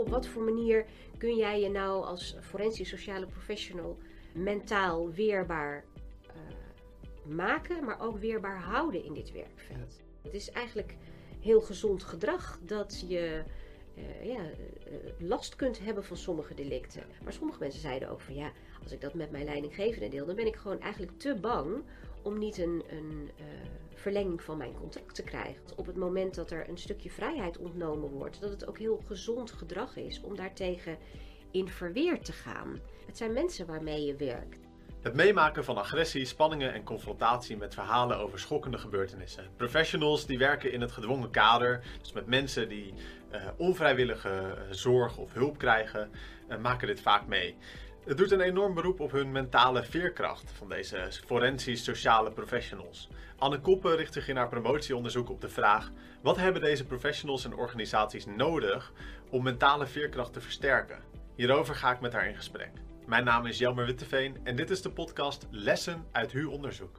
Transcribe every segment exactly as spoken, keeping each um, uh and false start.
Op wat voor manier kun jij je nou als forensisch sociale professional mentaal weerbaar uh, maken, maar ook weerbaar houden in dit werkveld? Ja. Het is eigenlijk heel gezond gedrag dat je uh, ja, uh, last kunt hebben van sommige delicten. Maar sommige mensen zeiden ook van ja, als ik dat met mijn leidinggevende deel, dan ben ik gewoon eigenlijk te bang om niet een, een uh, verlenging van mijn contract te krijgen. Op het moment dat er een stukje vrijheid ontnomen wordt, dat het ook heel gezond gedrag is om daartegen in verweer te gaan. Het zijn mensen waarmee je werkt. Het meemaken van agressie, spanningen en confrontatie met verhalen over schokkende gebeurtenissen. Professionals die werken in het gedwongen kader, dus met mensen die uh, onvrijwillige uh, zorg of hulp krijgen, uh, maken dit vaak mee. Het doet een enorm beroep op hun mentale veerkracht van deze forensisch sociale professionals. Anne Koppen richt zich in haar promotieonderzoek op de vraag: wat hebben deze professionals en organisaties nodig om mentale veerkracht te versterken? Hierover ga ik met haar in gesprek. Mijn naam is Jelmer Witteveen en dit is de podcast Lessen uit H U onderzoek.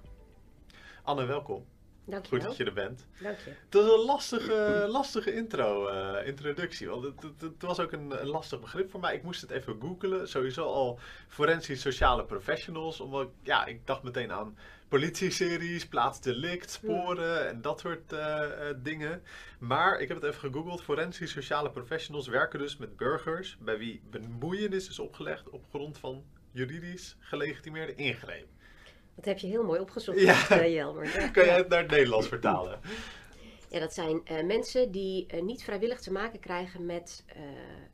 Anne, welkom. Dank je Goed wel. dat je er bent. Dank je. Het was een lastige, lastige intro, uh, introductie. Want het, het, het was ook een, een lastig begrip voor mij. Ik moest het even googlen. Sowieso al forensisch sociale professionals. Omdat ja, ik dacht meteen aan politieseries, plaatsdelict, sporen ja. en dat soort uh, uh, dingen. Maar ik heb het even gegoogeld. Forensisch sociale professionals werken dus met burgers bij wie bemoeienis is opgelegd op grond van juridisch gelegitimeerde ingreep. Dat heb je heel mooi opgezocht, ja. Jelmer. Ja. Kan jij het naar het Nederlands vertalen? Ja, dat zijn uh, mensen die uh, niet vrijwillig te maken krijgen met, uh,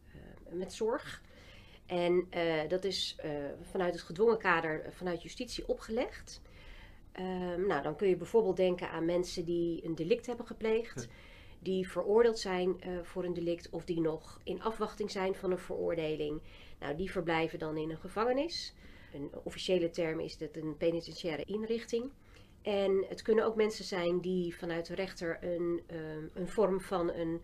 uh, met zorg. En uh, dat is uh, vanuit het gedwongen kader, uh, vanuit justitie opgelegd. Uh, nou, dan kun je bijvoorbeeld denken aan mensen die een delict hebben gepleegd. Die veroordeeld zijn uh, voor een delict of die nog in afwachting zijn van een veroordeling. Nou, die verblijven dan in een gevangenis. Een officiële term is dit een penitentiaire inrichting. En het kunnen ook mensen zijn die vanuit de rechter een, um, een vorm van een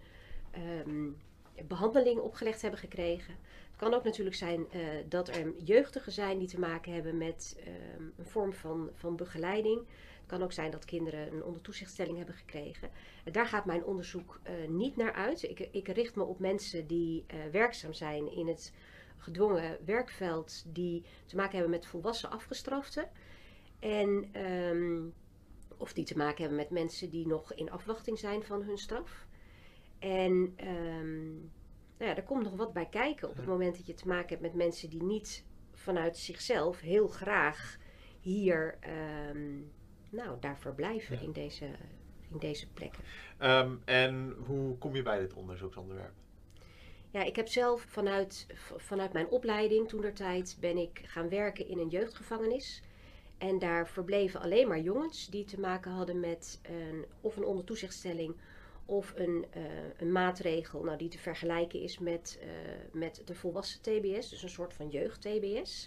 um, behandeling opgelegd hebben gekregen. Het kan ook natuurlijk zijn uh, dat er jeugdigen zijn die te maken hebben met um, een vorm van, van begeleiding. Het kan ook zijn dat kinderen een ondertoezichtstelling hebben gekregen. Uh, daar gaat mijn onderzoek uh, niet naar uit. Ik, ik richt me op mensen die uh, werkzaam zijn in het gedwongen werkveld die te maken hebben met volwassen afgestraften. En, um, of die te maken hebben met mensen die nog in afwachting zijn van hun straf. En um, nou ja, er komt nog wat bij kijken op het moment dat je te maken hebt met mensen die niet vanuit zichzelf heel graag hier um, nou, daar verblijven ja. in, deze, in deze plekken. Um, en hoe kom je bij dit onderzoeksonderwerp? Ja, ik heb zelf vanuit, vanuit mijn opleiding toentertijd ben ik gaan werken in een jeugdgevangenis. En daar verbleven alleen maar jongens die te maken hadden met een, of een ondertoezichtstelling of een, uh, een maatregel nou, die te vergelijken is met, uh, met de volwassen T B S, dus een soort van jeugd-T B S.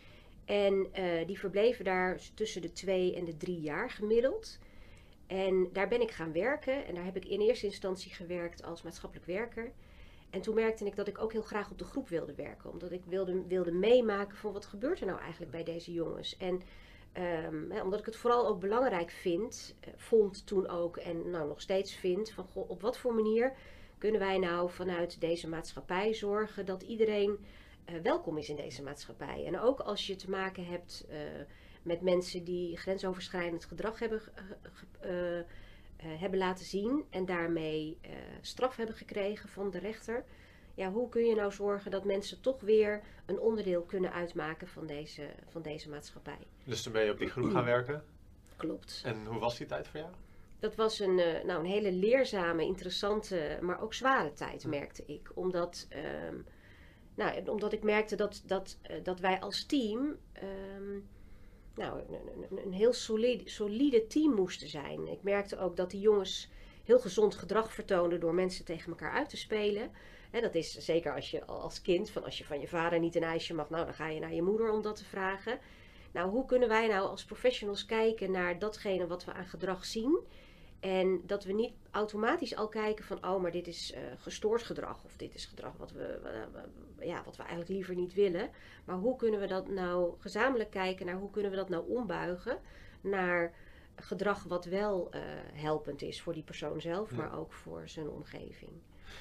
En uh, die verbleven daar tussen de twee en de drie jaar gemiddeld. En daar ben ik gaan werken en daar heb ik in eerste instantie gewerkt als maatschappelijk werker. En toen merkte ik dat ik ook heel graag op de groep wilde werken. Omdat ik wilde, wilde meemaken van wat gebeurt er nou eigenlijk bij deze jongens. En um, hè, omdat ik het vooral ook belangrijk vind, uh, vond toen ook en nou nog steeds vind. Van goh, op wat voor manier kunnen wij nou vanuit deze maatschappij zorgen dat iedereen uh, welkom is in deze maatschappij. En ook als je te maken hebt uh, met mensen die grensoverschrijdend gedrag hebben uh, uh, Uh, hebben laten zien en daarmee uh, straf hebben gekregen van de rechter. Ja, hoe kun je nou zorgen dat mensen toch weer een onderdeel kunnen uitmaken van deze, van deze maatschappij? Dus toen ben je op die groep gaan werken? Klopt. En hoe was die tijd voor jou? Dat was een, uh, nou, een hele leerzame, interessante, maar ook zware tijd, merkte ik. Omdat, um, nou, omdat ik merkte dat, dat, uh, dat wij als team Um, Nou, een, een, een heel solide, solide team moesten zijn. Ik merkte ook dat die jongens heel gezond gedrag vertoonden door mensen tegen elkaar uit te spelen. He, dat is zeker als je als kind, van als je van je vader niet een ijsje mag, nou dan ga je naar je moeder om dat te vragen. Nou, hoe kunnen wij nou als professionals kijken naar datgene wat we aan gedrag zien? En dat we niet automatisch al kijken van, oh, maar dit is uh, gestoord gedrag. Of dit is gedrag wat we, uh, ja, wat we eigenlijk liever niet willen. Maar hoe kunnen we dat nou gezamenlijk kijken naar hoe kunnen we dat nou ombuigen naar gedrag wat wel uh, helpend is voor die persoon zelf, ja. maar ook voor zijn omgeving.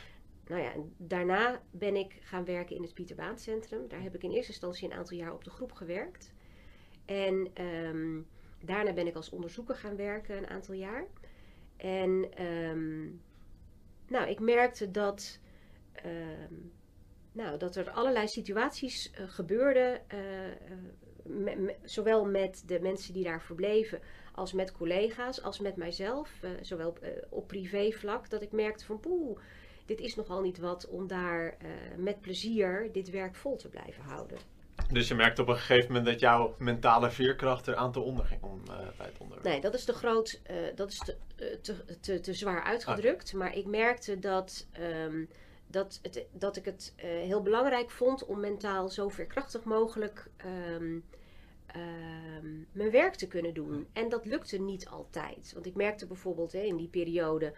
nou ja, en daarna ben ik gaan werken in het Pieter Baan Centrum. Daar heb ik in eerste instantie een aantal jaar op de groep gewerkt. En um, daarna ben ik als onderzoeker gaan werken een aantal jaar. En um, nou, ik merkte dat, um, nou, dat er allerlei situaties uh, gebeurden. Uh, me, me, zowel met de mensen die daar verbleven als met collega's, als met mijzelf. Uh, zowel uh, op privévlak, dat ik merkte van poeh, dit is nogal niet wat om daar uh, met plezier dit werk vol te blijven houden. Dus je merkte op een gegeven moment dat jouw mentale veerkracht eraan te onder ging om, uh, bij het onderwerp? Nee, dat is te groot, uh, dat is te, uh, te, te, te zwaar uitgedrukt. Okay. Maar ik merkte dat, um, dat, het, dat ik het uh, heel belangrijk vond om mentaal zo veerkrachtig mogelijk um, um, mijn werk te kunnen doen. En dat lukte niet altijd. Want ik merkte bijvoorbeeld hè, in die periode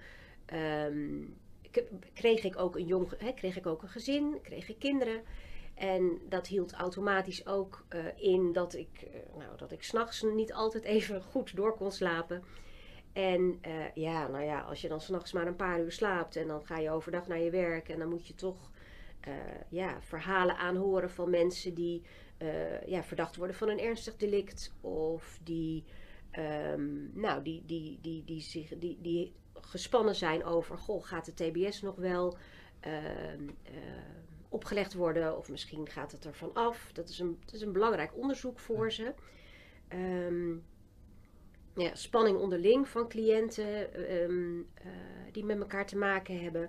um, kreeg ik ook een jong, hè, kreeg ik ook een gezin, kreeg ik kinderen. En dat hield automatisch ook uh, in dat ik, uh, nou, dat ik 's nachts niet altijd even goed door kon slapen. En uh, ja, nou ja, als je dan 's nachts maar een paar uur slaapt en dan ga je overdag naar je werk. En dan moet je toch uh, ja, verhalen aanhoren van mensen die uh, ja, verdacht worden van een ernstig delict. Of die, um, nou, die, die, die, die, zich, die, die gespannen zijn over, goh, gaat de T B S nog wel uh, uh, opgelegd worden of misschien gaat het ervan af. Dat is een, dat is een belangrijk onderzoek voor ze. Um, ja, spanning onderling van cliënten um, uh, die met elkaar te maken hebben.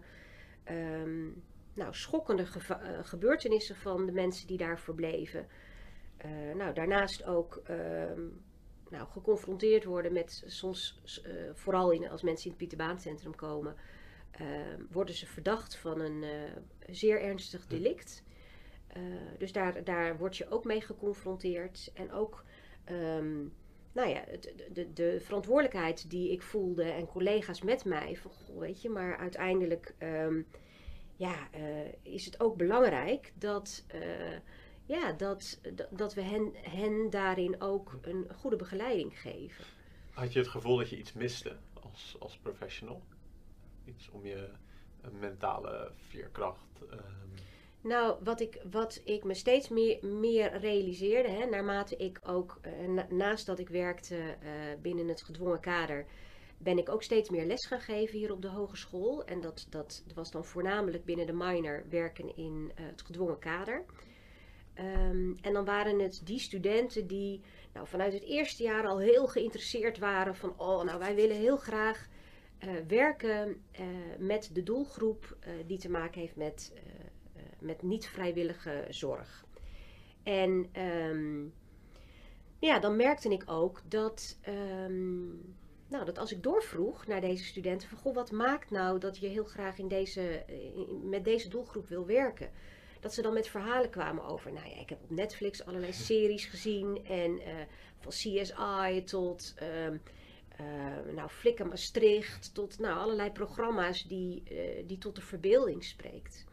Um, nou, schokkende geva- uh, gebeurtenissen van de mensen die daar verbleven. Uh, nou, daarnaast ook um, nou, geconfronteerd worden met soms, uh, vooral in, als mensen in het Pieter Baan Centrum komen, Uh, worden ze verdacht van een uh, zeer ernstig delict. Uh, dus daar, daar word je ook mee geconfronteerd. En ook um, nou ja, de, de, de verantwoordelijkheid die ik voelde en collega's met mij. Van, goh, weet je, maar uiteindelijk um, ja, uh, is het ook belangrijk dat, uh, ja, dat, dat, dat we hen, hen daarin ook een goede begeleiding geven. Had je het gevoel dat je iets miste als, als professional? Iets om je mentale veerkracht. Um... Nou, wat ik, wat ik me steeds meer, meer realiseerde, hè, naarmate ik ook, uh, na, naast dat ik werkte uh, binnen het gedwongen kader, ben ik ook steeds meer les gaan geven hier op de hogeschool. En dat, dat was dan voornamelijk binnen de minor werken in uh, het gedwongen kader. Um, en dan waren het die studenten die nou, vanuit het eerste jaar al heel geïnteresseerd waren van, oh, nou wij willen heel graag Uh, werken uh, met de doelgroep uh, die te maken heeft met, uh, uh, met niet-vrijwillige zorg. En um, ja, dan merkte ik ook dat, um, nou, dat als ik doorvroeg naar deze studenten van, goh, wat maakt nou dat je heel graag in deze, in, met deze doelgroep wil werken? Dat ze dan met verhalen kwamen over, nou ja, ik heb op Netflix allerlei series gezien en uh, van C S I tot Um, Uh, nou, Flikker Maastricht, tot nou, allerlei programma's die, uh, die tot de verbeelding spreekt.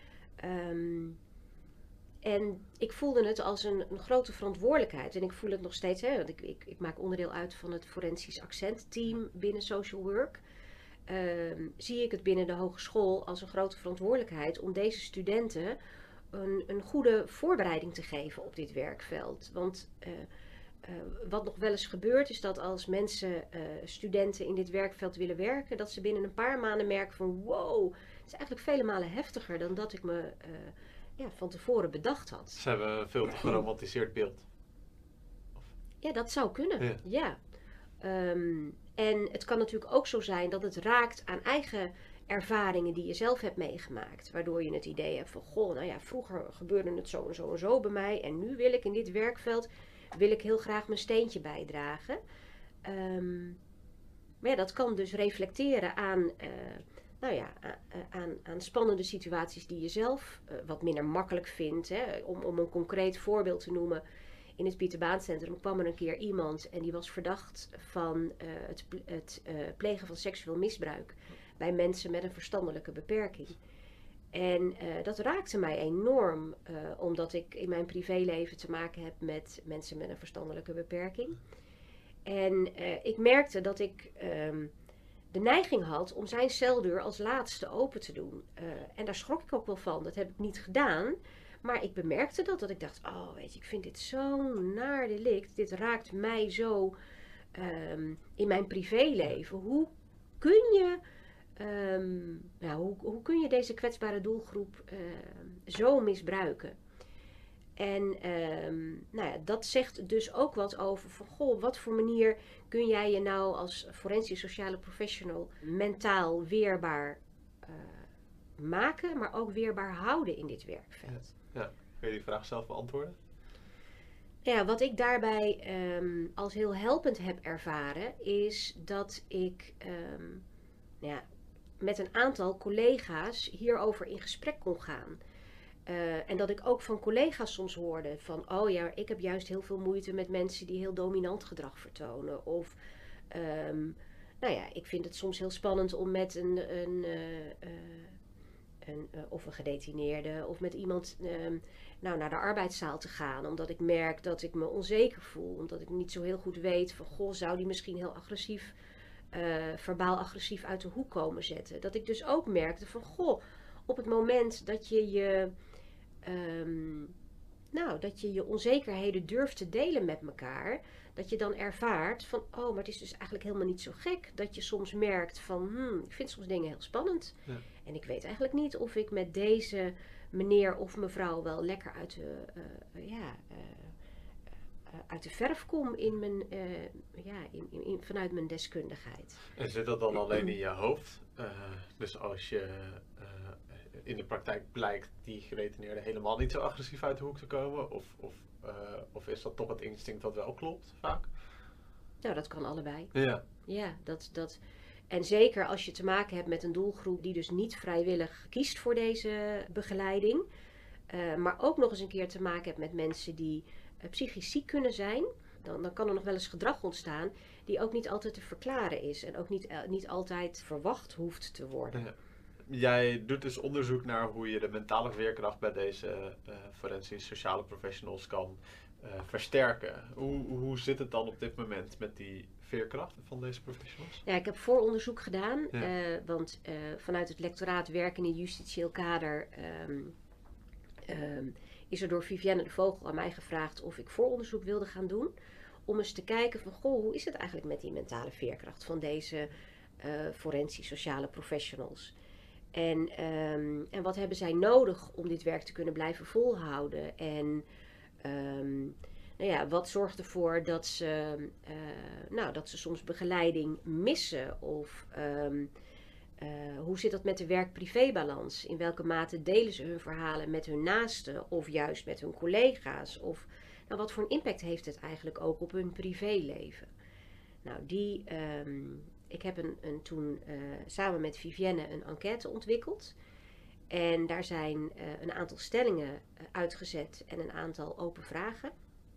Um, en ik voelde het als een, een grote verantwoordelijkheid. En ik voel het nog steeds, hè, want ik, ik, ik maak onderdeel uit van het forensisch accentteam binnen Social Work. Um, zie ik het binnen de hogeschool als een grote verantwoordelijkheid om deze studenten een, een goede voorbereiding te geven op dit werkveld. Want uh, Uh, wat nog wel eens gebeurt is dat als mensen, uh, studenten in dit werkveld willen werken, dat ze binnen een paar maanden merken van wow, het is eigenlijk vele malen heftiger dan dat ik me uh, ja, van tevoren bedacht had. Ze hebben een veel te geromantiseerd beeld. Of... Ja, dat zou kunnen. Ja. ja. Um, en het kan natuurlijk ook zo zijn dat het raakt aan eigen ervaringen die je zelf hebt meegemaakt. Waardoor je het idee hebt van, goh, nou ja, vroeger gebeurde het zo en zo en zo bij mij en nu wil ik in dit werkveld wil ik heel graag mijn steentje bijdragen. Um, maar ja, dat kan dus reflecteren aan, uh, nou ja, uh, aan, aan spannende situaties die je zelf uh, wat minder makkelijk vindt. Hè. Om, om een concreet voorbeeld te noemen. In het Pieter Baan Centrum kwam er een keer iemand en die was verdacht van uh, het, het uh, plegen van seksueel misbruik bij mensen met een verstandelijke beperking. En uh, dat raakte mij enorm, uh, omdat ik in mijn privéleven te maken heb met mensen met een verstandelijke beperking. En uh, ik merkte dat ik, um, de neiging had om zijn celdeur als laatste open te doen. Uh, en daar schrok ik ook wel van. Dat heb ik niet gedaan. Maar ik bemerkte dat, dat ik dacht, oh weet je, ik vind dit zo'n naar delict. Dit raakt mij zo um, in mijn privéleven. Hoe kun je, um, nou, hoe, hoe kun je deze kwetsbare doelgroep uh, zo misbruiken? En um, nou ja, dat zegt dus ook wat over van, goh, op wat voor manier kun jij je nou als forensisch sociale professional mentaal weerbaar uh, maken, maar ook weerbaar houden in dit werkveld. Ja, ja. Kun je die vraag zelf beantwoorden? Ja, wat ik daarbij um, als heel helpend heb ervaren, is dat ik um, ja, met een aantal collega's hierover in gesprek kon gaan. Uh, en dat ik ook van collega's soms hoorde van, oh ja, ik heb juist heel veel moeite met mensen die heel dominant gedrag vertonen. Of, um, nou ja, ik vind het soms heel spannend om met een, een, uh, uh, een uh, of een gedetineerde of met iemand um, nou, naar de arbeidszaal te gaan. Omdat ik merk dat ik me onzeker voel. Omdat ik niet zo heel goed weet van, goh, zou die misschien heel agressief, uh, verbaal agressief uit de hoek komen zetten. Dat ik dus ook merkte van, goh, op het moment dat je je... Um, nou, dat je je onzekerheden durft te delen met elkaar, dat je dan ervaart van, oh, maar het is dus eigenlijk helemaal niet zo gek, dat je soms merkt van, hmm, ik vind soms dingen heel spannend. Ja. En ik weet eigenlijk niet of ik met deze meneer of mevrouw wel lekker uit de, uh, ja, uh, uh, uit de verf kom in mijn, uh, ja, in, in, in, vanuit mijn deskundigheid. En zit dat dan alleen in je hoofd? Uh, dus als je... Uh, in de praktijk blijkt die gedetineerde helemaal niet zo agressief uit de hoek te komen? Of, of, uh, of is dat toch het instinct wat wel klopt, vaak? Nou, dat kan allebei. Ja. Ja, dat, dat... En zeker als je te maken hebt met een doelgroep die dus niet vrijwillig kiest voor deze begeleiding. Uh, maar ook nog eens een keer te maken hebt met mensen die uh, psychisch ziek kunnen zijn. Dan, dan kan er nog wel eens gedrag ontstaan die ook niet altijd te verklaren is. En ook niet, uh, niet altijd verwacht hoeft te worden. Ja. Jij doet dus onderzoek naar hoe je de mentale veerkracht bij deze uh, forensisch sociale professionals kan uh, versterken. Hoe, hoe zit het dan op dit moment met die veerkracht van deze professionals? Ja, ik heb vooronderzoek gedaan, ja. uh, want uh, vanuit het lectoraat werken in justitieel kader um, um, is er door Vivienne de Vogel aan mij gevraagd of ik vooronderzoek wilde gaan doen. Om eens te kijken van, goh, hoe is het eigenlijk met die mentale veerkracht van deze uh, forensisch sociale professionals? En, um, en wat hebben zij nodig om dit werk te kunnen blijven volhouden? En um, nou ja, wat zorgt ervoor dat ze, uh, nou, dat ze soms begeleiding missen? Of um, uh, hoe zit dat met de werk-privé-balans? In welke mate delen ze hun verhalen met hun naasten of juist met hun collega's? Of nou, wat voor een impact heeft het eigenlijk ook op hun privéleven? Nou, die... Um, Ik heb een, een toen uh, samen met Vivienne een enquête ontwikkeld. En daar zijn uh, een aantal stellingen uh, uitgezet en een aantal open vragen.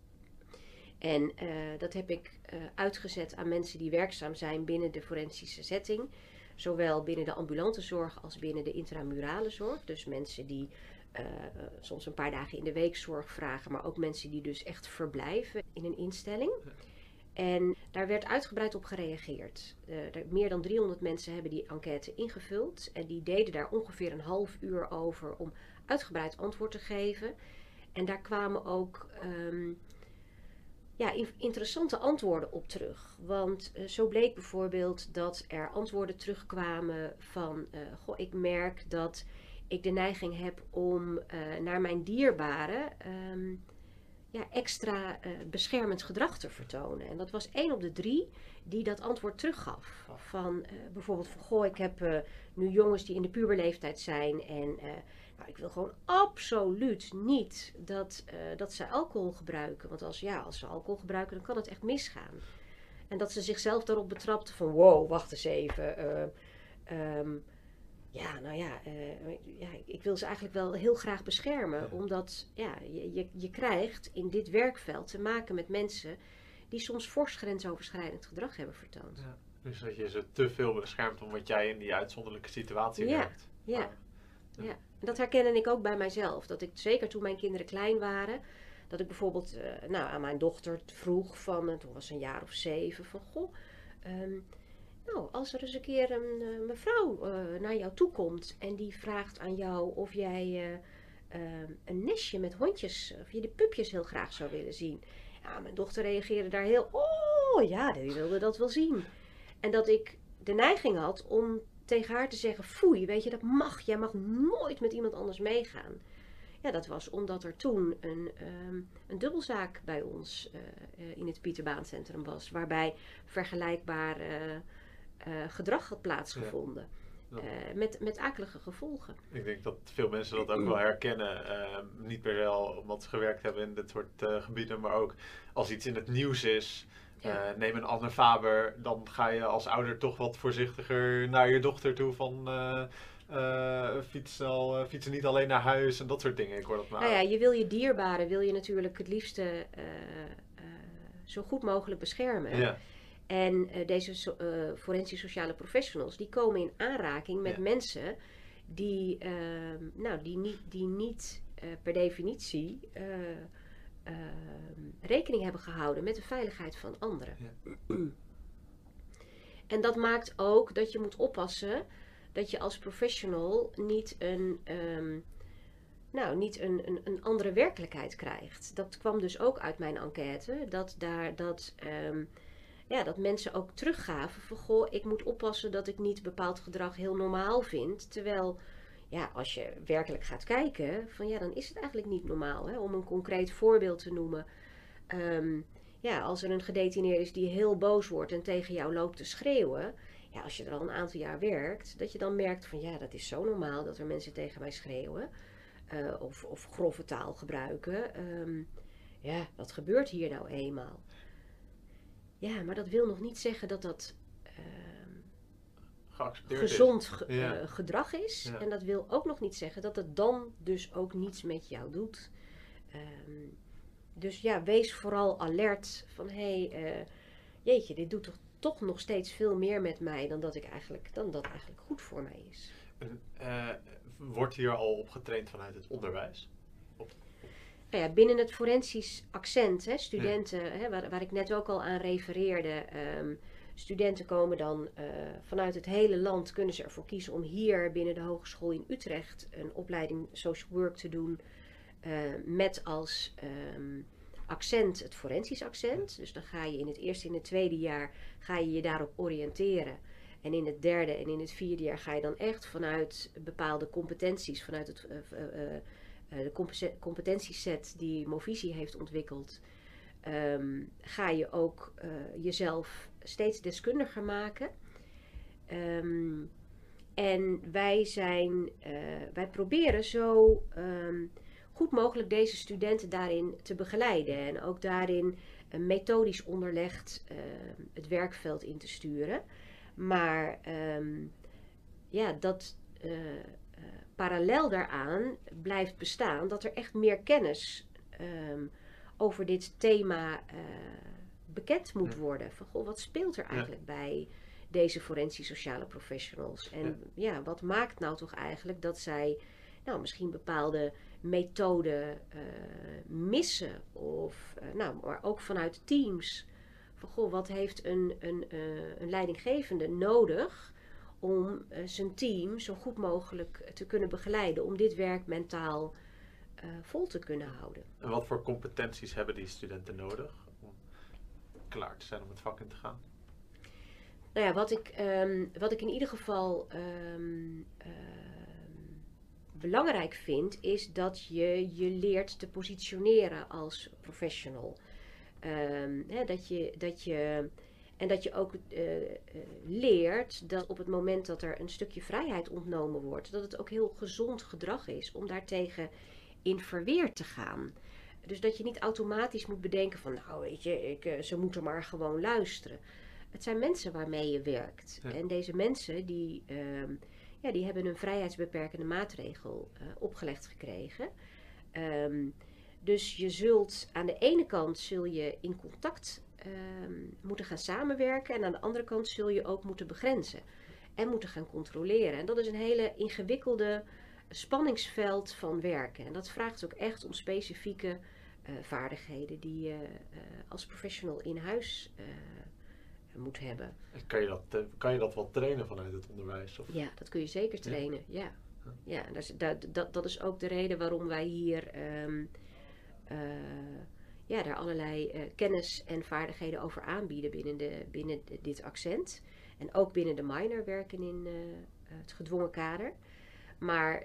En uh, dat heb ik uh, uitgezet aan mensen die werkzaam zijn binnen de forensische setting. Zowel binnen de ambulante zorg als binnen de intramurale zorg. Dus mensen die uh, uh, soms een paar dagen in de week zorg vragen. Maar ook mensen die dus echt verblijven in een instelling. En daar werd uitgebreid op gereageerd. Uh, er, meer dan driehonderd mensen hebben die enquête ingevuld. En die deden daar ongeveer een half uur over om uitgebreid antwoord te geven. En daar kwamen ook um, ja, in, interessante antwoorden op terug. Want uh, zo bleek bijvoorbeeld dat er antwoorden terugkwamen van... Uh, goh, ik merk dat ik de neiging heb om uh, naar mijn dierbaren... Um, Ja, extra uh, beschermend gedrag te vertonen. En dat was één op de drie die dat antwoord teruggaf. Van uh, bijvoorbeeld van, goh, ik heb uh, nu jongens die in de puberleeftijd zijn. En uh, nou, ik wil gewoon absoluut niet dat, uh, dat ze alcohol gebruiken. Want als, ja, als ze alcohol gebruiken, dan kan het echt misgaan. En dat ze zichzelf daarop betrapten van, wow, wacht eens even. Uh, um, Ja, nou ja, uh, ja, ik wil ze eigenlijk wel heel graag beschermen. Ja. Omdat ja, je, je, je krijgt in dit werkveld te maken met mensen die soms fors grensoverschrijdend gedrag hebben vertoond. Ja, dus dat je ze te veel beschermt omdat jij in die uitzonderlijke situatie ja, werkt. Ja, ah. ja. ja. En dat herkende ik ook bij mijzelf. Dat ik, zeker toen mijn kinderen klein waren, dat ik bijvoorbeeld uh, nou, aan mijn dochter vroeg van, uh, toen was ze een jaar of zeven, van goh... Um, Nou, als er eens een keer een uh, mevrouw uh, naar jou toe komt en die vraagt aan jou of jij uh, uh, een nestje met hondjes, of je de pupjes heel graag zou willen zien. Ja, mijn dochter reageerde daar heel, oh ja, die wilde dat wel zien. En dat ik de neiging had om tegen haar te zeggen, foei, weet je, dat mag, jij mag nooit met iemand anders meegaan. Ja, dat was omdat er toen een, um, een dubbelzaak bij ons uh, uh, in het Pieterbaancentrum was, waarbij vergelijkbaar uh, uh, gedrag had plaatsgevonden. Ja. Uh, met, met akelige gevolgen. Ik denk dat veel mensen dat ook wel herkennen. Uh, niet per se al omdat ze gewerkt hebben in dit soort uh, gebieden, maar ook als iets in het nieuws is. Ja. Uh, neem een Anne Faber, dan ga je als ouder toch wat voorzichtiger naar je dochter toe van uh, uh, fiets snel, uh, fietsen niet alleen naar huis en dat soort dingen. Ik hoor dat maar. Nou ja, je wil je dierbaren, wil je natuurlijk het liefste uh, uh, zo goed mogelijk beschermen. Ja. En uh, deze so, uh, forensisch sociale professionals, die komen in aanraking met ja. mensen die, uh, nou, die niet, die niet uh, per definitie uh, uh, rekening hebben gehouden met de veiligheid van anderen. Ja. En dat maakt ook dat je moet oppassen dat je als professional niet een, um, nou, niet een, een, een andere werkelijkheid krijgt. Dat kwam dus ook uit mijn enquête, dat daar dat... Um, Ja, dat mensen ook teruggaven van, goh, ik moet oppassen dat ik niet bepaald gedrag heel normaal vind. Terwijl, ja, als je werkelijk gaat kijken, van ja, dan is het eigenlijk niet normaal. Hè? Om een concreet voorbeeld te noemen. Um, ja, als er een gedetineerde is die heel boos wordt en tegen jou loopt te schreeuwen. Ja, als je er al een aantal jaar werkt, dat je dan merkt van, ja, dat is zo normaal dat er mensen tegen mij schreeuwen. Uh, of, of grove taal gebruiken. Um, ja, wat gebeurt hier nou eenmaal? Ja, maar dat wil nog niet zeggen dat dat uh, gezond ge- ja. uh, gedrag is. Ja. En dat wil ook nog niet zeggen dat het dan dus ook niets met jou doet. Um, dus ja, wees vooral alert van, hé, hey, uh, jeetje, dit doet toch, toch nog steeds veel meer met mij dan dat, ik eigenlijk, dan dat eigenlijk goed voor mij is. Uh, wordt hier al op getraind vanuit het onderwijs? Op Nou ja, binnen het forensisch accent, hè, studenten, ja. hè, waar, waar ik net ook al aan refereerde. Um, studenten komen dan uh, vanuit het hele land, kunnen ze ervoor kiezen om hier binnen de Hogeschool in Utrecht een opleiding social work te doen. Uh, met als um, accent het forensisch accent. Dus dan ga je in het eerste en het tweede jaar ga je je daarop oriënteren. En in het derde en in het vierde jaar ga je dan echt vanuit bepaalde competenties, vanuit het... Uh, uh, Uh, de competentieset die Movisie heeft ontwikkeld, um, ga je ook uh, jezelf steeds deskundiger maken. Um, en wij zijn, uh, wij proberen zo um, goed mogelijk deze studenten daarin te begeleiden en ook daarin uh, methodisch onderlegd uh, het werkveld in te sturen. Maar um, ja, dat uh, Uh, parallel daaraan blijft bestaan dat er echt meer kennis um, over dit thema uh, bekend moet ja. worden. Van, goh, wat speelt er eigenlijk ja. bij deze forensisch sociale professionals? En ja. ja, wat maakt nou toch eigenlijk dat zij nou, misschien bepaalde methoden uh, missen? Of, uh, nou, maar ook vanuit teams. Van, goh, wat heeft een, een, uh, een leidinggevende nodig om uh, zijn team zo goed mogelijk te kunnen begeleiden, om dit werk mentaal uh, vol te kunnen houden. En wat voor competenties hebben die studenten nodig om klaar te zijn om het vak in te gaan? Nou ja, wat ik, um, wat ik in ieder geval um, uh, belangrijk vind, is dat je je leert te positioneren als professional. Um, hè, dat je... Dat je En dat je ook uh, uh, leert dat op het moment dat er een stukje vrijheid ontnomen wordt, dat het ook heel gezond gedrag is om daartegen in verweer te gaan. Dus dat je niet automatisch moet bedenken van, nou weet je, ik, uh, ze moeten maar gewoon luisteren. Het zijn mensen waarmee je werkt. Ja. En deze mensen die, uh, ja, die hebben een vrijheidsbeperkende maatregel uh, opgelegd gekregen. Um, dus je zult aan de ene kant zul je in contact Um, moeten gaan samenwerken en aan de andere kant zul je ook moeten begrenzen en moeten gaan controleren. En dat is een hele ingewikkelde spanningsveld van werken. En dat vraagt ook echt om specifieke uh, vaardigheden die je uh, als professional in huis uh, moet hebben. En kan je dat, uh, kan je dat wel trainen vanuit het onderwijs? Of? Ja, dat kun je zeker trainen, ja. ja. ja dat, is, dat, dat, dat is ook de reden waarom wij hier um, uh, ja, daar allerlei uh, kennis en vaardigheden over aanbieden binnen, de, binnen de, dit accent. En ook binnen de minor werken in uh, het gedwongen kader. Maar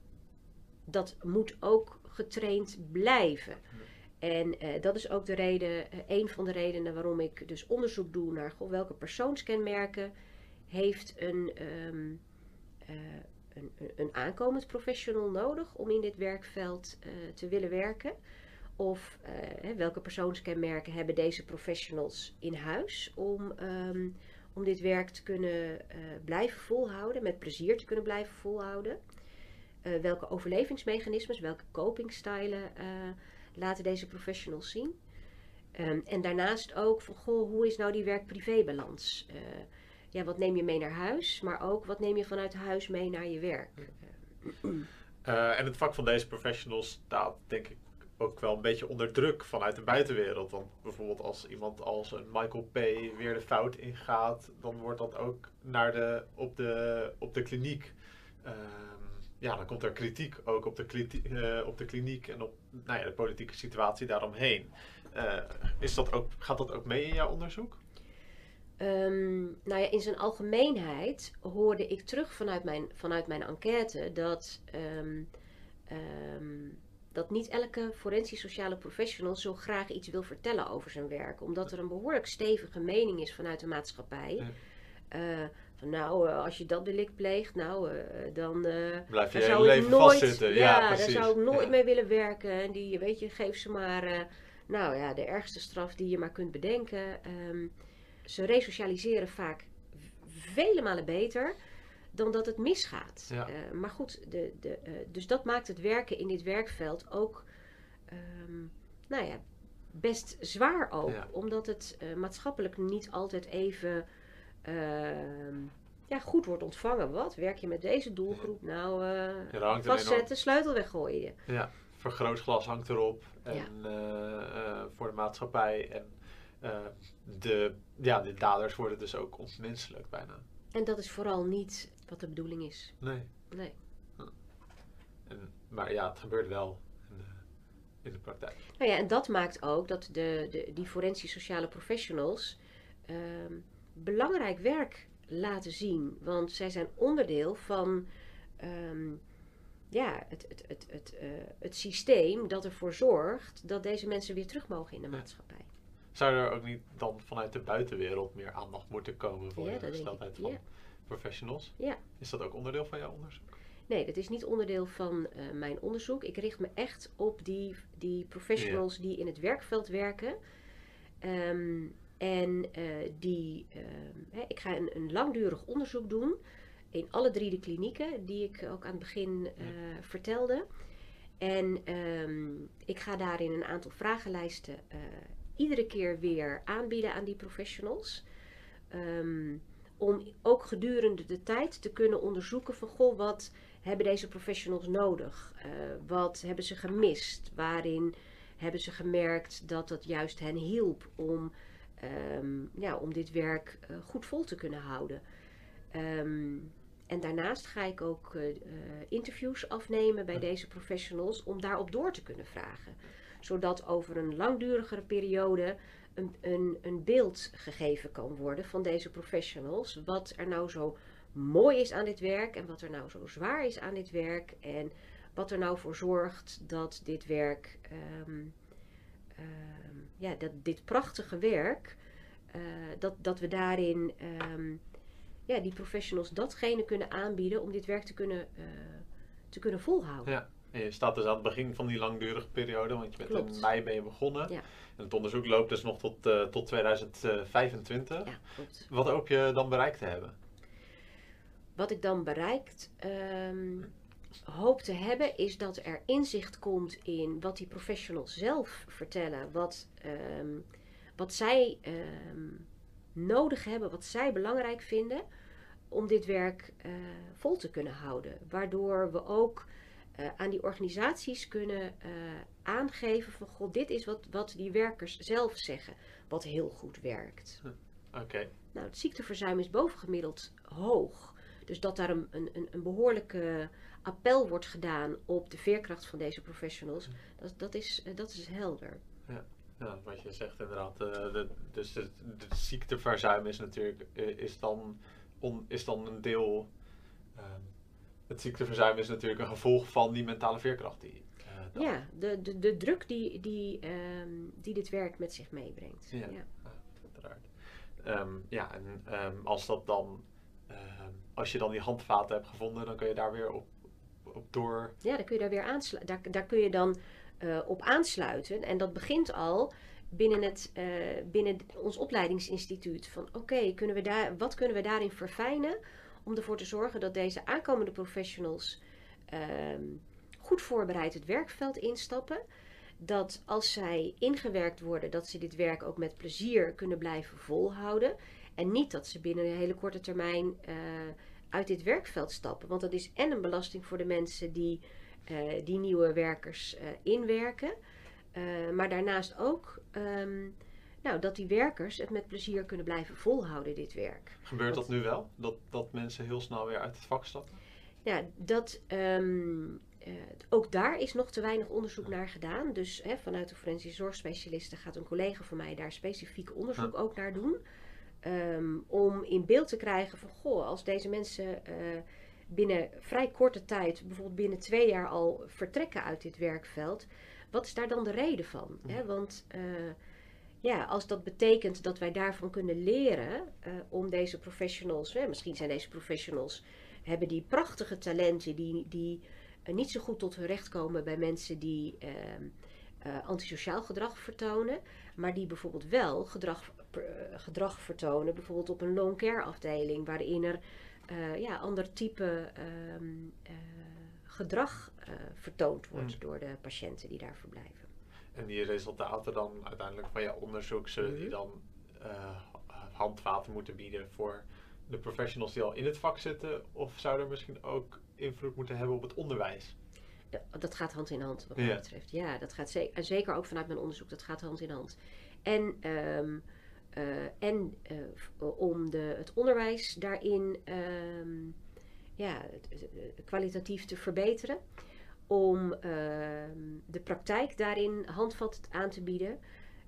dat moet ook getraind blijven. En uh, dat is ook de reden, uh, een van de redenen waarom ik dus onderzoek doe naar goh, welke persoonskenmerken heeft een, um, uh, een, een aankomend professional nodig om in dit werkveld uh, te willen werken. Of uh, hè, welke persoonskenmerken hebben deze professionals in huis om, um, om dit werk te kunnen uh, blijven volhouden, met plezier te kunnen blijven volhouden. Uh, welke overlevingsmechanismes, welke copingstylen uh, laten deze professionals zien. Um, en daarnaast ook van, goh, hoe is nou die werk-privé-balans? Uh, ja, wat neem je mee naar huis, maar ook wat neem je vanuit huis mee naar je werk? Uh, en het vak van deze professionals staat, denk ik, ook wel een beetje onder druk vanuit de buitenwereld. Want bijvoorbeeld als iemand als een Michael P. weer de fout ingaat, dan wordt dat ook naar de, op, de, op de kliniek. Uh, ja, dan komt er kritiek ook op de, kliniek, uh, op de kliniek en op nou ja, de politieke situatie daaromheen. Uh, is dat ook, gaat dat ook mee in jouw onderzoek? Um, nou ja, in zijn algemeenheid hoorde ik terug vanuit mijn, vanuit mijn enquête dat, um, um, dat niet elke forensisch sociale professional zo graag iets wil vertellen over zijn werk. Omdat er een behoorlijk stevige mening is vanuit de maatschappij. Ja. Uh, van nou, uh, als je dat delict pleegt, nou, uh, dan uh, blijf je daar hele zou leven ik nooit, vastzitten. Ja, ja daar zou ik nooit ja. mee willen werken. En die, weet je, geef ze maar, uh, nou ja, de ergste straf die je maar kunt bedenken. Um, ze resocialiseren vaak vele malen beter dan dat het misgaat. Ja. Uh, maar goed, de, de, uh, dus dat maakt het werken in dit werkveld ook, um, nou ja, best zwaar ook. Ja. Omdat het uh, maatschappelijk niet altijd even uh, ja, goed wordt ontvangen. Wat? Werk je met deze doelgroep? Ja. Nou, uh, ja, vastzetten, enorm... sleutel weggooien. Ja, vergrootglas hangt erop. En ja. uh, uh, voor de maatschappij. En uh, de, ja, de daders worden dus ook onmenselijk bijna. En dat is vooral niet wat de bedoeling is. Nee. Nee. En, maar ja, het gebeurt wel in de, in de praktijk. Nou ja, en dat maakt ook dat de, de, die forensisch sociale professionals um, belangrijk werk laten zien. Want zij zijn onderdeel van um, ja, het, het, het, het, uh, het systeem dat ervoor zorgt dat deze mensen weer terug mogen in de maatschappij. Zou er ook niet dan vanuit de buitenwereld meer aandacht moeten komen voor ja, de gesteldheid van ja. professionals? Ja. Is dat ook onderdeel van jouw onderzoek? Nee, dat is niet onderdeel van uh, mijn onderzoek. Ik richt me echt op die, die professionals ja. die in het werkveld werken. Um, en uh, die, uh, hè, ik ga een, een langdurig onderzoek doen in alle drie de klinieken die ik ook aan het begin uh, ja. vertelde. En um, ik ga daarin een aantal vragenlijsten uh, iedere keer weer aanbieden aan die professionals. Um, om ook gedurende de tijd te kunnen onderzoeken van, goh, wat hebben deze professionals nodig? Uh, wat hebben ze gemist? Waarin hebben ze gemerkt dat dat juist hen hielp om, um, ja, om dit werk uh, goed vol te kunnen houden? Um, en daarnaast ga ik ook uh, uh, interviews afnemen bij deze professionals om daarop door te kunnen vragen. Zodat over een langdurigere periode een, een, een beeld gegeven kan worden van deze professionals. Wat er nou zo mooi is aan dit werk en wat er nou zo zwaar is aan dit werk. En wat er nou voor zorgt dat dit werk, um, um, ja, dat dit prachtige werk, uh, dat, dat we daarin um, ja, die professionals datgene kunnen aanbieden om dit werk te kunnen, uh, te kunnen volhouden. Ja. En je staat dus aan het begin van die langdurige periode, want je bent Klopt. in mei ben je begonnen. Ja. En het onderzoek loopt dus nog tot, uh, tot tweeduizend vijfentwintig. Ja, klopt. Wat hoop je dan bereikt te hebben? Wat ik dan bereikt um, hoop te hebben is dat er inzicht komt in wat die professionals zelf vertellen. Wat, um, wat zij um, nodig hebben, wat zij belangrijk vinden om dit werk uh, vol te kunnen houden. Waardoor we ook Uh, aan die organisaties kunnen uh, aangeven van, god, dit is wat, wat die werkers zelf zeggen, wat heel goed werkt. Oké. Okay. Nou, het ziekteverzuim is bovengemiddeld hoog. Dus dat daar een, een, een behoorlijke appel wordt gedaan op de veerkracht van deze professionals, dat, dat, is, dat is helder. Ja. Ja, wat je zegt inderdaad. Uh, de, dus de, de ziekteverzuim is natuurlijk is dan, on, is dan een deel. Uh, het ziekteverzuim is natuurlijk een gevolg van die mentale veerkracht die. Uh, ja, de, de, de druk die, die, um, die dit werk met zich meebrengt. Ja, ja. Uh, uiteraard. Um, ja, en um, als dat dan, uh, als je dan die handvaten hebt gevonden, dan kun je daar weer op, op door. Ja, dan kun je daar weer aansluiten. Daar, daar kun je dan uh, op aansluiten. En dat begint al binnen, het, uh, binnen ons opleidingsinstituut. Van oké, okay, kunnen we daar, wat kunnen we daarin verfijnen om ervoor te zorgen dat deze aankomende professionals uh, goed voorbereid het werkveld instappen. Dat als zij ingewerkt worden, dat ze dit werk ook met plezier kunnen blijven volhouden. En niet dat ze binnen een hele korte termijn uh, uit dit werkveld stappen. Want dat is en een belasting voor de mensen die uh, die nieuwe werkers uh, inwerken. Uh, maar daarnaast ook um, nou, dat die werkers het met plezier kunnen blijven volhouden, dit werk. Gebeurt dat, dat nu wel? Dat, dat mensen heel snel weer uit het vak stappen? Ja, dat... Um, Uh, ook daar is nog te weinig onderzoek naar gedaan. Dus hè, vanuit de forensische zorgspecialisten gaat een collega van mij daar specifiek onderzoek ja. ook naar doen. Um, om in beeld te krijgen van, goh, als deze mensen uh, binnen vrij korte tijd, bijvoorbeeld binnen twee jaar al vertrekken uit dit werkveld, wat is daar dan de reden van? Ja. Hè? Want uh, ja, als dat betekent dat wij daarvan kunnen leren uh, om deze professionals, hè, misschien zijn deze professionals, hebben die prachtige talenten die... die niet zo goed tot hun recht komen bij mensen die uh, uh, antisociaal gedrag vertonen, maar die bijvoorbeeld wel gedrag, uh, gedrag vertonen, bijvoorbeeld op een long care afdeling, waarin er uh, ja, ander type uh, uh, gedrag uh, vertoond wordt mm. door de patiënten die daar verblijven. En die resultaten dan uiteindelijk van jouw onderzoek, zullen mm-hmm. die dan uh, handvaten moeten bieden voor de professionals die al in het vak zitten, of zou er misschien ook invloed moeten hebben op het onderwijs? Dat gaat hand in hand wat mij ja. betreft. Ja, dat gaat zeker, zeker ook vanuit mijn onderzoek, dat gaat hand in hand. En, um, uh, en uh, om de, het onderwijs daarin um, ja, kwalitatief te verbeteren. Om uh, de praktijk daarin handvat aan te bieden.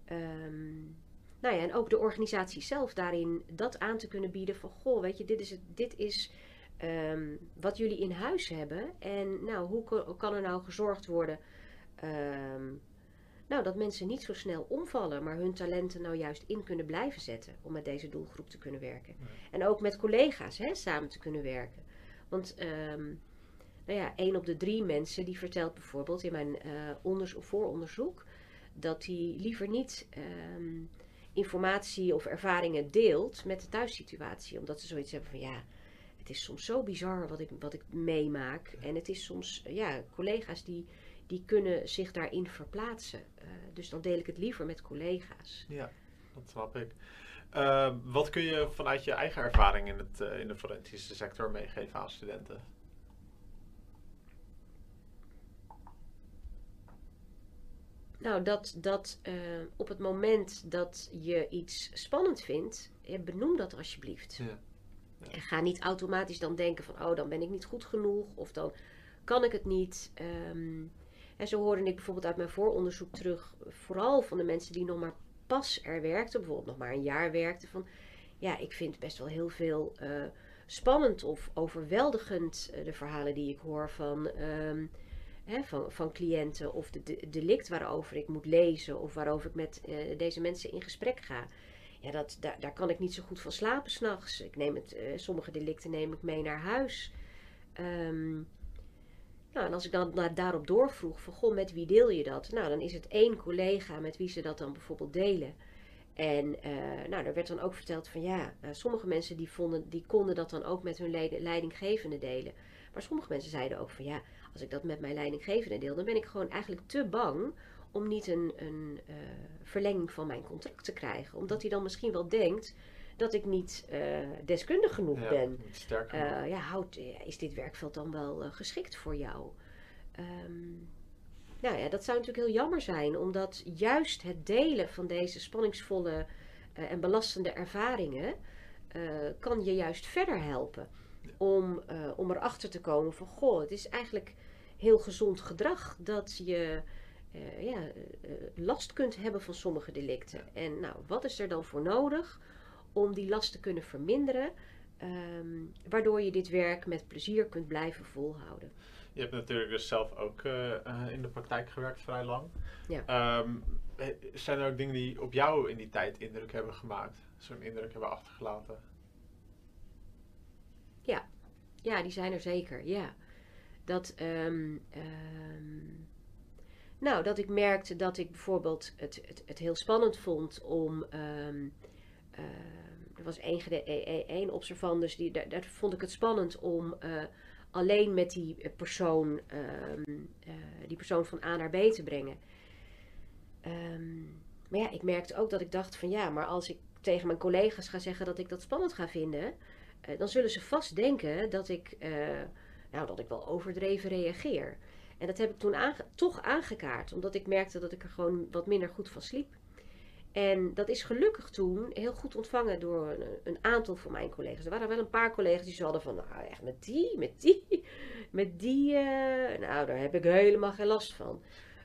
Um, nou ja, en ook de organisatie zelf daarin dat aan te kunnen bieden van, goh, weet je, dit is het, dit is um, wat jullie in huis hebben. En nou, hoe ko- kan er nou gezorgd worden um, nou, dat mensen niet zo snel omvallen, maar hun talenten nou juist in kunnen blijven zetten om met deze doelgroep te kunnen werken. Ja. En ook met collega's hè, samen te kunnen werken. Want um, nou ja, één op de drie mensen die vertelt bijvoorbeeld in mijn uh, onderzo- vooronderzoek dat hij liever niet um, informatie of ervaringen deelt met de thuissituatie. Omdat ze zoiets hebben van ja, het is soms zo bizar wat ik, wat ik meemaak. En het is soms, ja, collega's die, die kunnen zich daarin verplaatsen. Uh, dus dan deel ik het liever met collega's. Ja, dat snap ik. Uh, wat kun je vanuit je eigen ervaring in, het, uh, in de forensische sector meegeven aan studenten? Nou, dat, dat uh, op het moment dat je iets spannend vindt, benoem dat alsjeblieft. Ja. Ja. En ga niet automatisch dan denken van, oh, dan ben ik niet goed genoeg of dan kan ik het niet. Um, en zo hoorde ik bijvoorbeeld uit mijn vooronderzoek terug, vooral van de mensen die nog maar pas er werkten, bijvoorbeeld nog maar een jaar werkten, van ja, ik vind best wel heel veel uh, spannend of overweldigend uh, de verhalen die ik hoor van... Um, He, van, van cliënten of de, de delict waarover ik moet lezen of waarover ik met uh, deze mensen in gesprek ga. Ja, dat, daar, daar kan ik niet zo goed van slapen 's nachts. Ik neem het, uh, sommige delicten neem ik mee naar huis. Um, nou, en als ik dan naar, daarop doorvroeg van, goh, met wie deel je dat? Nou, dan is het één collega met wie ze dat dan bijvoorbeeld delen. En uh, nou, er werd dan ook verteld van ja, uh, sommige mensen die, vonden, die konden dat dan ook met hun leid, leidinggevende delen. Maar sommige mensen zeiden ook van ja, als ik dat met mijn leidinggevende deel, dan ben ik gewoon eigenlijk te bang om niet een, een uh, verlenging van mijn contract te krijgen. Omdat hij dan misschien wel denkt dat ik niet uh, deskundig genoeg ja, ben. Niet sterk genoeg. Uh, ja, houd, is dit werkveld dan wel uh, geschikt voor jou? Um, nou ja, dat zou natuurlijk heel jammer zijn, omdat juist het delen van deze spanningsvolle uh, en belastende ervaringen uh, kan je juist verder helpen. Om, uh, om erachter te komen van, goh, het is eigenlijk heel gezond gedrag dat je uh, ja, uh, last kunt hebben van sommige delicten. En nou, wat is er dan voor nodig om die last te kunnen verminderen, um, waardoor je dit werk met plezier kunt blijven volhouden. Je hebt natuurlijk dus zelf ook uh, uh, in de praktijk gewerkt vrij lang. Ja. Um, zijn er ook dingen die op jou in die tijd indruk hebben gemaakt? Zo'n indruk hebben achtergelaten? Ja, ja, die zijn er zeker, ja. Dat, um, um, nou, dat ik merkte dat ik bijvoorbeeld het, het, het heel spannend vond om... Um, uh, er was één, één observandus, die, daar, daar vond ik het spannend om uh, alleen met die persoon, um, uh, die persoon van A naar B te brengen. Um, maar ja, ik merkte ook dat ik dacht van ja, maar als ik tegen mijn collega's ga zeggen dat ik dat spannend ga vinden, uh, dan zullen ze vast denken dat ik, uh, nou, dat ik wel overdreven reageer. En dat heb ik toen aange- toch aangekaart, omdat ik merkte dat ik er gewoon wat minder goed van sliep. En dat is gelukkig toen heel goed ontvangen door een, een aantal van mijn collega's. Er waren wel een paar collega's die hadden van, nou echt met die, met die, met die, uh, nou daar heb ik helemaal geen last van.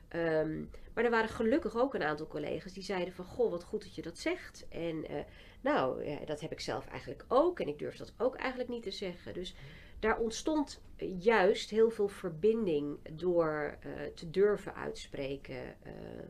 Um, maar er waren gelukkig ook een aantal collega's die zeiden van, goh, wat goed dat je dat zegt. En uh, nou, ja, dat heb ik zelf eigenlijk ook en ik durf dat ook eigenlijk niet te zeggen. Dus daar ontstond juist heel veel verbinding door uh, te durven uitspreken. Uh,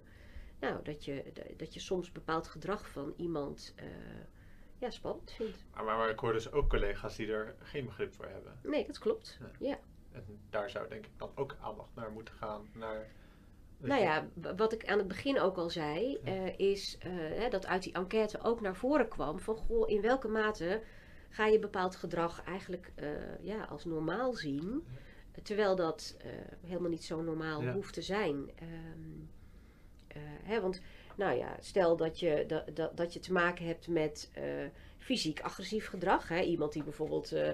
Nou, dat je, dat je soms bepaald gedrag van iemand uh, ja, spannend vindt. Maar, maar ik hoor dus ook collega's die er geen begrip voor hebben. Nee, dat klopt. Nee. Ja. En daar zou denk ik dan ook aandacht naar moeten gaan. Naar, nou je... ja, wat ik aan het begin ook al zei, ja. uh, is uh, hè, dat uit die enquête ook naar voren kwam van, goh, in welke mate ga je bepaald gedrag eigenlijk uh, ja, als normaal zien, ja. terwijl dat uh, helemaal niet zo normaal ja. hoeft te zijn. Um, Uh, hè, want, nou ja, stel dat je, dat, dat, dat je te maken hebt met uh, fysiek agressief gedrag. Hè? Iemand die bijvoorbeeld uh, uh,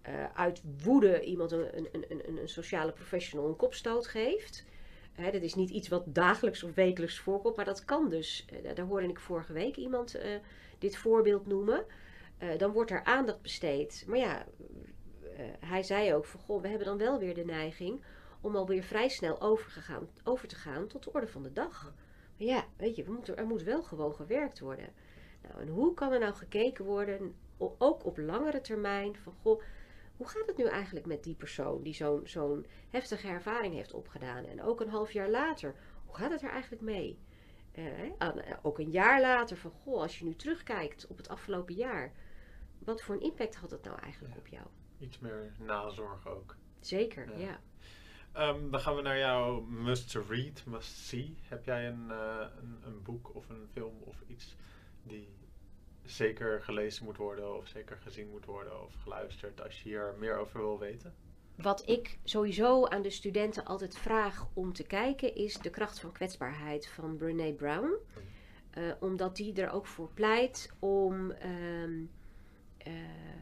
uit woede iemand een, een, een, een sociale professional een kopstoot geeft. Hè, dat is niet iets wat dagelijks of wekelijks voorkomt, maar dat kan dus. Uh, daar hoorde ik vorige week iemand uh, dit voorbeeld noemen. Uh, dan wordt er aandacht besteed. Maar ja, uh, hij zei ook van, goh, we hebben dan wel weer de neiging om alweer vrij snel overgegaan, over te gaan tot de orde van de dag. Maar ja, weet je, we moeten, er moet wel gewoon gewerkt worden. Nou, en hoe kan er nou gekeken worden, ook op langere termijn, van goh, hoe gaat het nu eigenlijk met die persoon die zo'n, zo'n heftige ervaring heeft opgedaan? En ook een half jaar later, hoe gaat het er eigenlijk mee? Uh, ook een jaar later, van goh, als je nu terugkijkt op het afgelopen jaar, wat voor een impact had het nou eigenlijk ja, op jou? Iets meer nazorg ook. Zeker, ja. ja. Um, dan gaan we naar jouw must read, must see. Heb jij een, uh, een, een boek of een film of iets die zeker gelezen moet worden of zeker gezien moet worden of geluisterd als je hier meer over wil weten? Wat ik sowieso aan de studenten altijd vraag om te kijken is De kracht van kwetsbaarheid van Brené Brown. Uh, omdat die er ook voor pleit om um, uh,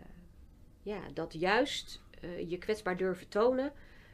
ja, dat juist uh, je kwetsbaar durven tonen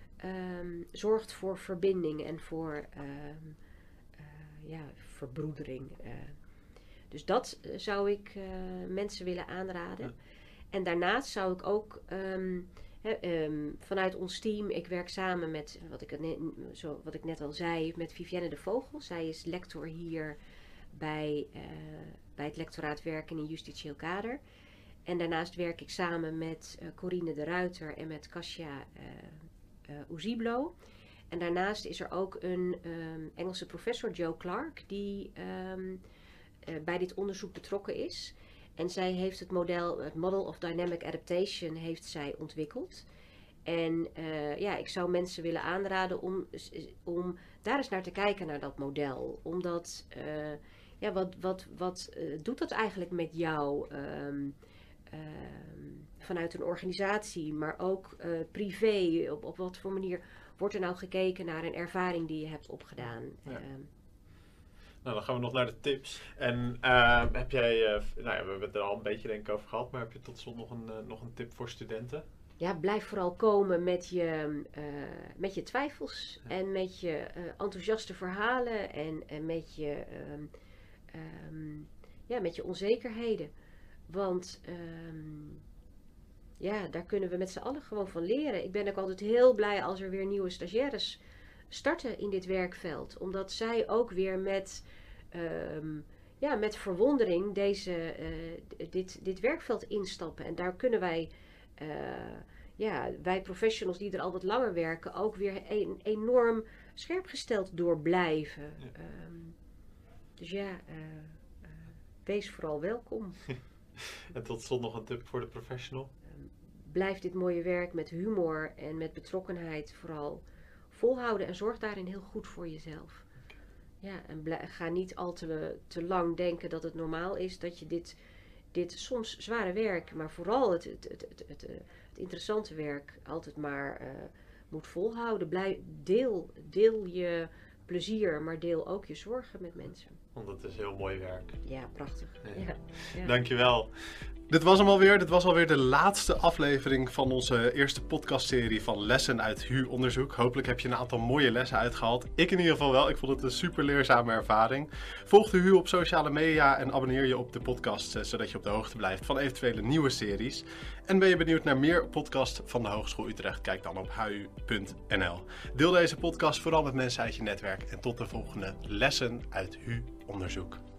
Um, zorgt voor verbinding en voor um, uh, ja, verbroedering. Uh, dus dat uh, zou ik uh, mensen willen aanraden. Ja. En daarnaast zou ik ook um, he, um, vanuit ons team, ik werk samen met, wat ik, net, zo, wat ik net al zei, met Vivienne de Vogel. Zij is lector hier bij, uh, bij het lectoraat werken in justitieel kader. En daarnaast werk ik samen met uh, Corine de Ruiter en met Kasia uh, Uh, Uziblo. En daarnaast is er ook een um, Engelse professor, Joe Clark, die um, uh, bij dit onderzoek betrokken is. En zij heeft het model, het Model of Dynamic Adaptation, heeft zij ontwikkeld. En uh, ja, ik zou mensen willen aanraden om, om daar eens naar te kijken, naar dat model. Omdat, uh, ja, wat, wat, wat uh, doet dat eigenlijk met jou? Um, Um, vanuit een organisatie, maar ook uh, privé. Op, op wat voor manier wordt er nou gekeken naar een ervaring die je hebt opgedaan? Ja. Um, nou, dan gaan we nog naar de tips. En uh, heb jij, uh, nou ja, we hebben het er al een beetje denk ik over gehad, maar heb je tot slot nog een, uh, nog een tip voor studenten? Ja, blijf vooral komen met je, uh, met je twijfels ja. en met je uh, enthousiaste verhalen en, en met je... Um, um, ja, met je onzekerheden. Want um, ja, daar kunnen we met z'n allen gewoon van leren. Ik ben ook altijd heel blij als er weer nieuwe stagiaires starten in dit werkveld. Omdat zij ook weer met, um, ja, met verwondering deze, uh, dit, dit werkveld instappen. En daar kunnen wij, uh, ja, wij professionals die er al wat langer werken, ook weer een, enorm scherp gesteld door blijven. Ja. Um, dus ja, uh, uh, wees vooral welkom. En tot slot nog een tip voor de professional. Um, blijf dit mooie werk met humor en met betrokkenheid vooral volhouden en zorg daarin heel goed voor jezelf. Okay. Ja, en blij, ga niet al te, te lang denken dat het normaal is dat je dit, dit soms zware werk, maar vooral het, het, het, het, het, het interessante werk altijd maar uh, moet volhouden. Blij, deel, deel je plezier, maar deel ook je zorgen met mensen. Want het is heel mooi werk. Ja, prachtig. Ja. Ja. Ja. Dankjewel. Dit was hem alweer. Dit was alweer de laatste aflevering van onze eerste podcastserie van Lessen uit H U onderzoek. Hopelijk heb je een aantal mooie lessen uitgehaald. Ik in ieder geval wel. Ik vond het een super leerzame ervaring. Volg de H U op sociale media en abonneer je op de podcast, zodat je op de hoogte blijft van eventuele nieuwe series. En ben je benieuwd naar meer podcasts van de Hogeschool Utrecht? Kijk dan op h u punt n l. Deel deze podcast vooral met mensen uit je netwerk. En tot de volgende Lessen uit H U onderzoek.